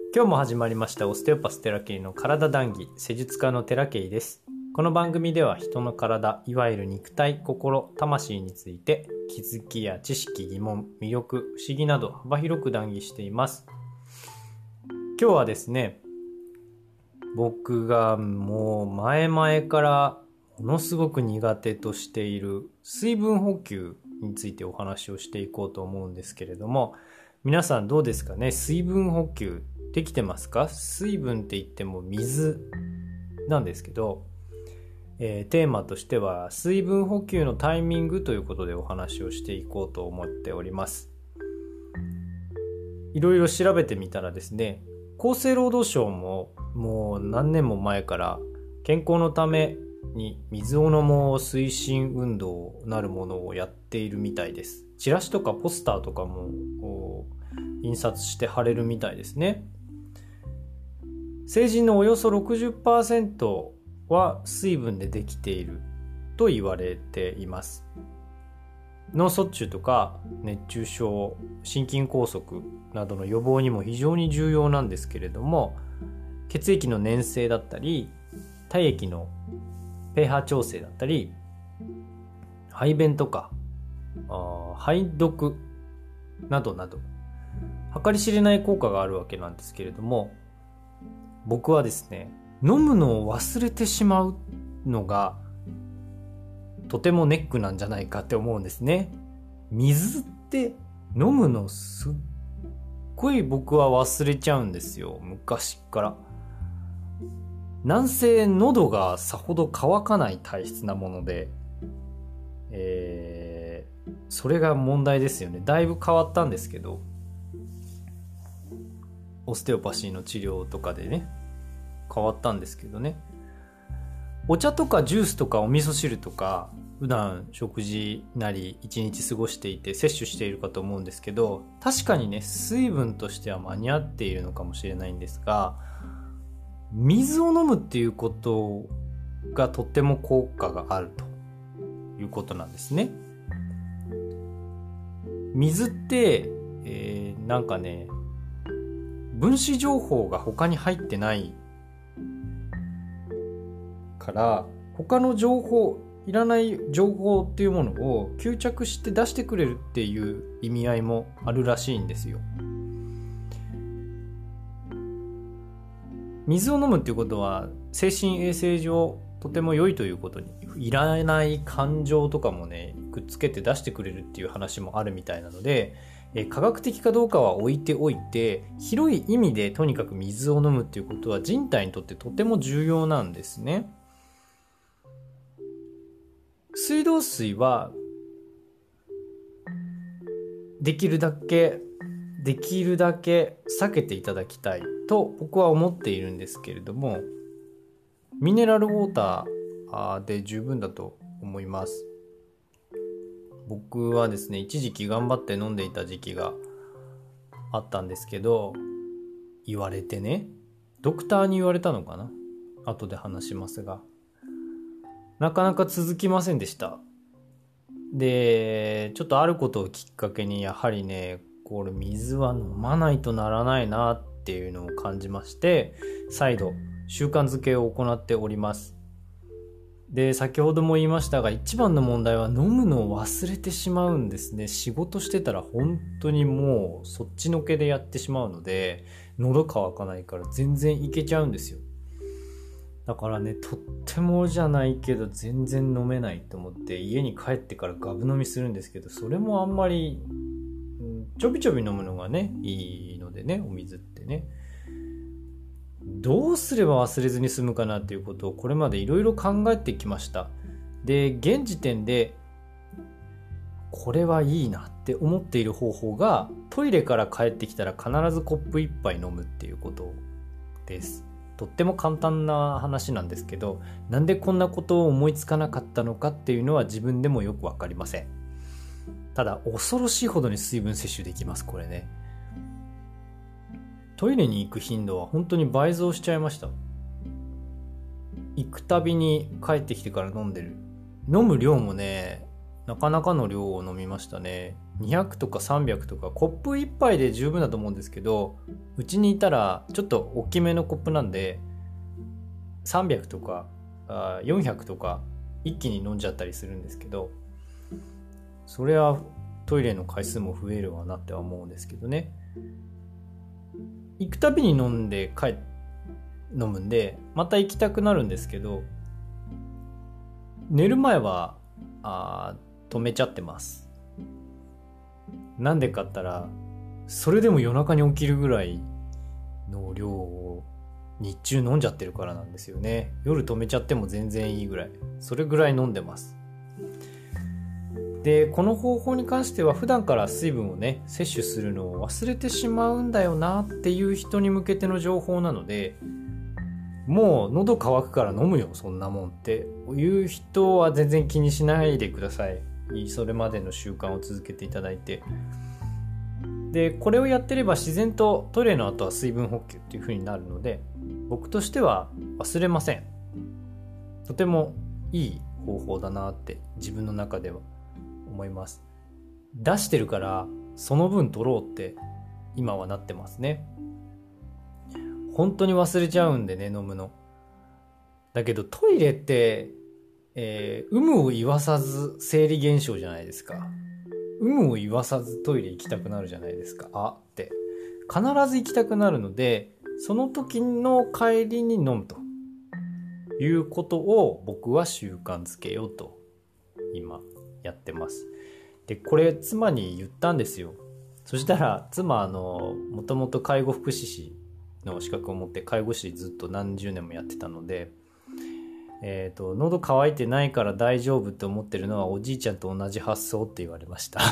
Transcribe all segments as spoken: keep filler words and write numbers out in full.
今日も始まりましたオステオパステラケイの体談義、施術家のテラケイです。この番組では人の体、いわゆる肉体、心、魂について気づきや知識、疑問、魅力、不思議など幅広く談義しています。今日はですね、僕がもう前々からものすごく苦手としている水分補給についてお話をしていこうと思うんですけれども、皆さんどうですかね。水分補給できてますか？水分って言っても水なんですけど、えー、テーマとしては水分補給のタイミングということでお話をしていこうと思っております。いろいろ調べてみたらですね、厚生労働省ももう何年も前から健康のために水を飲もう推進運動なるものをやっているみたいです。チラシとかポスターとかも印刷して貼れるみたいですね。成人のおよそ ろくじゅっパーセント は水分でできていると言われています。脳卒中とか熱中症、心筋梗塞などの予防にも非常に重要なんですけれども、血液の粘性だったり体液の pH 調整だったり排便とかあ排毒などなど計り知れない効果があるわけなんですけれども、僕はですね、飲むのを忘れてしまうのがとてもネックなんじゃないかって思うんですね。水って飲むのすっごい僕は忘れちゃうんですよ、昔から。なんせ喉がさほど乾かない体質なもので、えー、それが問題ですよね。だいぶ変わったんですけど、オステオパシーの治療とかでね変わったんですけどね、お茶とかジュースとかお味噌汁とか普段食事なり一日過ごしていて摂取しているかと思うんですけど、確かにね水分としては間に合っているのかもしれないんですが、水を飲むっていうことがとっても効果があるということなんですね。水って、えー、なんかね分子情報が他に入ってないから他の情報、いらない情報っていうものを吸着して出してくれるっていう意味合いもあるらしいんですよ。水を飲むっていうことは精神衛生上とても良いということに、いらない感情とかもねくっつけて出してくれるっていう話もあるみたいなので、え科学的かどうかは置いておいて、広い意味でとにかく水を飲むっていうことは人体にとってとても重要なんですね。水道水はできるだけできるだけ避けていただきたいと僕は思っているんですけれども、ミネラルウォーターで十分だと思います。僕はですね、一時期頑張って飲んでいた時期があったんですけど、言われてね、ドクターに言われたのかな、後で話しますが、なかなか続きませんでした。で、ちょっとあることをきっかけにやはりね、これ水は飲まないとならないなっていうのを感じまして、再度習慣づけを行っております。で、先ほども言いましたが、一番の問題は飲むのを忘れてしまうんですね。仕事してたら本当にもうそっちのけでやってしまうので、喉乾かないから全然いけちゃうんですよ。だからね、とってもじゃないけど全然飲めないと思って家に帰ってからガブ飲みするんですけど、それもあんまりちょびちょび飲むのがねいいのでね、お水ってね、どうすれば忘れずに済むかなっていうことをこれまでいろいろ考えてきました。で、現時点でこれはいいなって思っている方法が、トイレから帰ってきたら必ずコップ一杯飲むっていうことです。とっても簡単な話なんですけど、なんでこんなことを思いつかなかったのかっていうのは自分でもよくわかりません。ただ恐ろしいほどに水分摂取できます、これね。トイレに行く頻度は本当に倍増しちゃいました。行くたびに帰ってきてから飲んでる。飲む量もね、なかなかの量を飲みましたね。 にひゃくとかさんびゃくとかコップいっぱいで十分だと思うんですけど、うちにいたらちょっと大きめのコップなんでさんびゃくとかあよんひゃくとか一気に飲んじゃったりするんですけど、それはトイレの回数も増えるわなっては思うんですけどね。行くたびに飲んで帰飲むんでまた行きたくなるんですけど、寝る前はあ止めちゃってます。なんでかったらそれでも夜中に起きるぐらいの量を日中飲んじゃってるからなんですよね。夜止めちゃっても全然いいぐらい、それぐらい飲んでます。でこの方法に関しては普段から水分をね摂取するのを忘れてしまうんだよなっていう人に向けての情報なので、もう喉乾くから飲むよそんなもんっていう人は全然気にしないでください。それまでの習慣を続けていただいて、でこれをやってれば自然とトイレの後は水分補給っていう風になるので、僕としては忘れません。とてもいい方法だなって自分の中では思います。出してるからその分取ろうって今はなってますね。本当に忘れちゃうんでね、飲むの。だけどトイレって、えー、有無を言わさず生理現象じゃないですか。有無を言わさずトイレ行きたくなるじゃないですか。あって必ず行きたくなるので、その時の帰りに飲むということを僕は習慣づけようと今やってます。でこれ妻に言ったんですよ。そしたら妻あのもともと介護福祉士の資格を持って介護士ずっと何十年もやってたので、えーと、喉乾いてないから大丈夫って思ってるのはおじいちゃんと同じ発想って言われました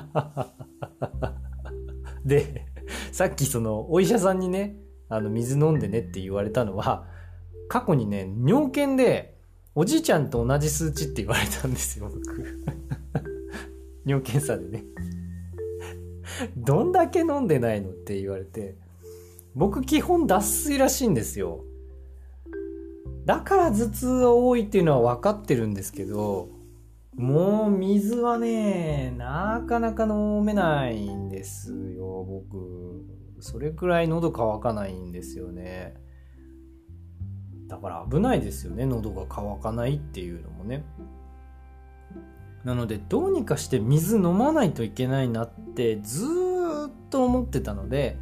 でさっきそのお医者さんにねあの水飲んでねって言われたのは、過去にね尿検でおじいちゃんと同じ数値って言われたんですよ僕尿検査でねどんだけ飲んでないのって言われて、僕基本脱水らしいんですよ。だから頭痛多いっていうのは分かってるんですけど、もう水はねなかなか飲めないんですよ僕。それくらい喉乾かないんですよね。だから危ないですよね、喉が乾かないっていうのもね。なのでどうにかして水飲まないといけないなってずーっと思ってたので、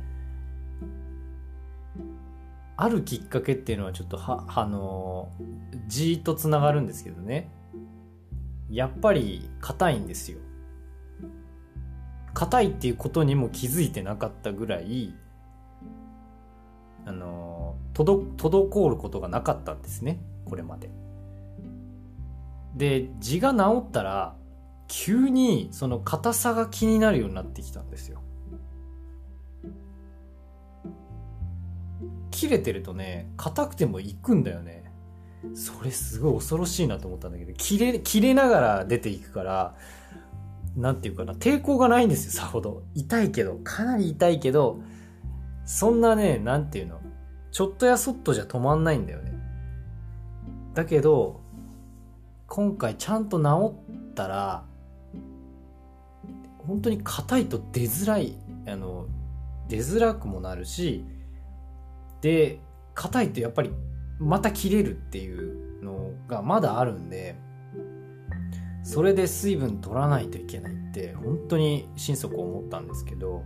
あるきっかけっていうのはちょっとはあのじーっとつながるんですけどね、やっぱり硬いんですよ。硬いっていうことにも気づいてなかったぐらいあのとど滞ることがなかったんですねこれまで。で痔が治ったら急にその硬さが気になるようになってきたんですよ。切れてるとね硬くてもいくんだよね。それすごい恐ろしいなと思ったんだけど、切れ切れながら出ていくから、なんていうかな、抵抗がないんですよ。さほど痛いけど、かなり痛いけど、そんなね、なんていうの、ちょっとやそっとじゃ止まんないんだよね。だけど今回ちゃんと治ったら本当に硬いと出づらい、あの出づらくもなるし、で硬いとやっぱりまた切れるっていうのがまだあるんで、それで水分取らないといけないって本当に心底思ったんですけど、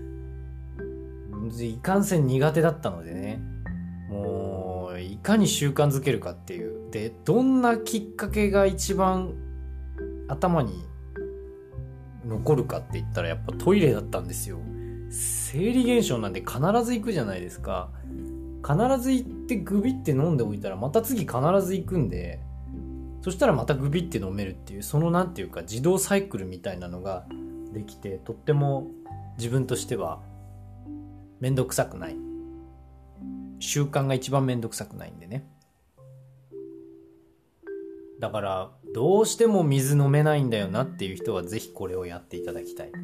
いかんせん苦手だったのでね、もういかに習慣づけるかっていう、でどんなきっかけが一番頭に残るかって言ったらやっぱトイレだったんですよ。生理現象なんで必ず行くじゃないですか。必ず行ってグビって飲んでおいたらまた次必ず行くんで、そしたらまたグビって飲めるっていう、そのなんていうか自動サイクルみたいなのができて、とっても自分としてはめんどくさくない、習慣が一番めんどくさくないんでね。だからどうしても水飲めないんだよなっていう人はぜひこれをやっていただきたい。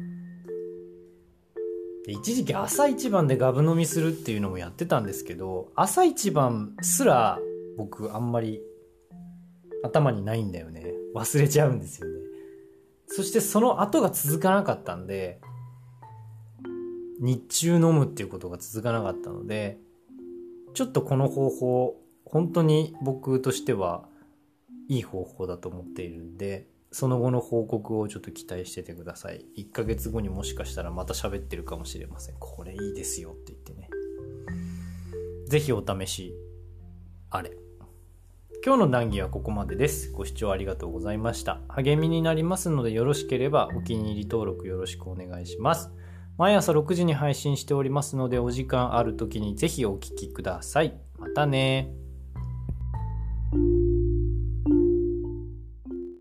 で一時期朝一番でガブ飲みするっていうのもやってたんですけど、朝一番すら僕あんまり頭にないんだよね。忘れちゃうんですよね。 そしてその後が続かなかったんで、日中飲むっていうことが続かなかったので、ちょっとこの方法本当に僕としてはいい方法だと思っているんで、その後の報告をちょっと期待しててください。いっかげつごにもしかしたらまた喋ってるかもしれません。これいいですよって言ってね。ぜひお試しあれ。今日の談義はここまでです。ご視聴ありがとうございました。励みになりますので、よろしければお気に入り登録よろしくお願いします。毎朝ろくじに配信しておりますので、お時間ある時にぜひお聞きください。またね。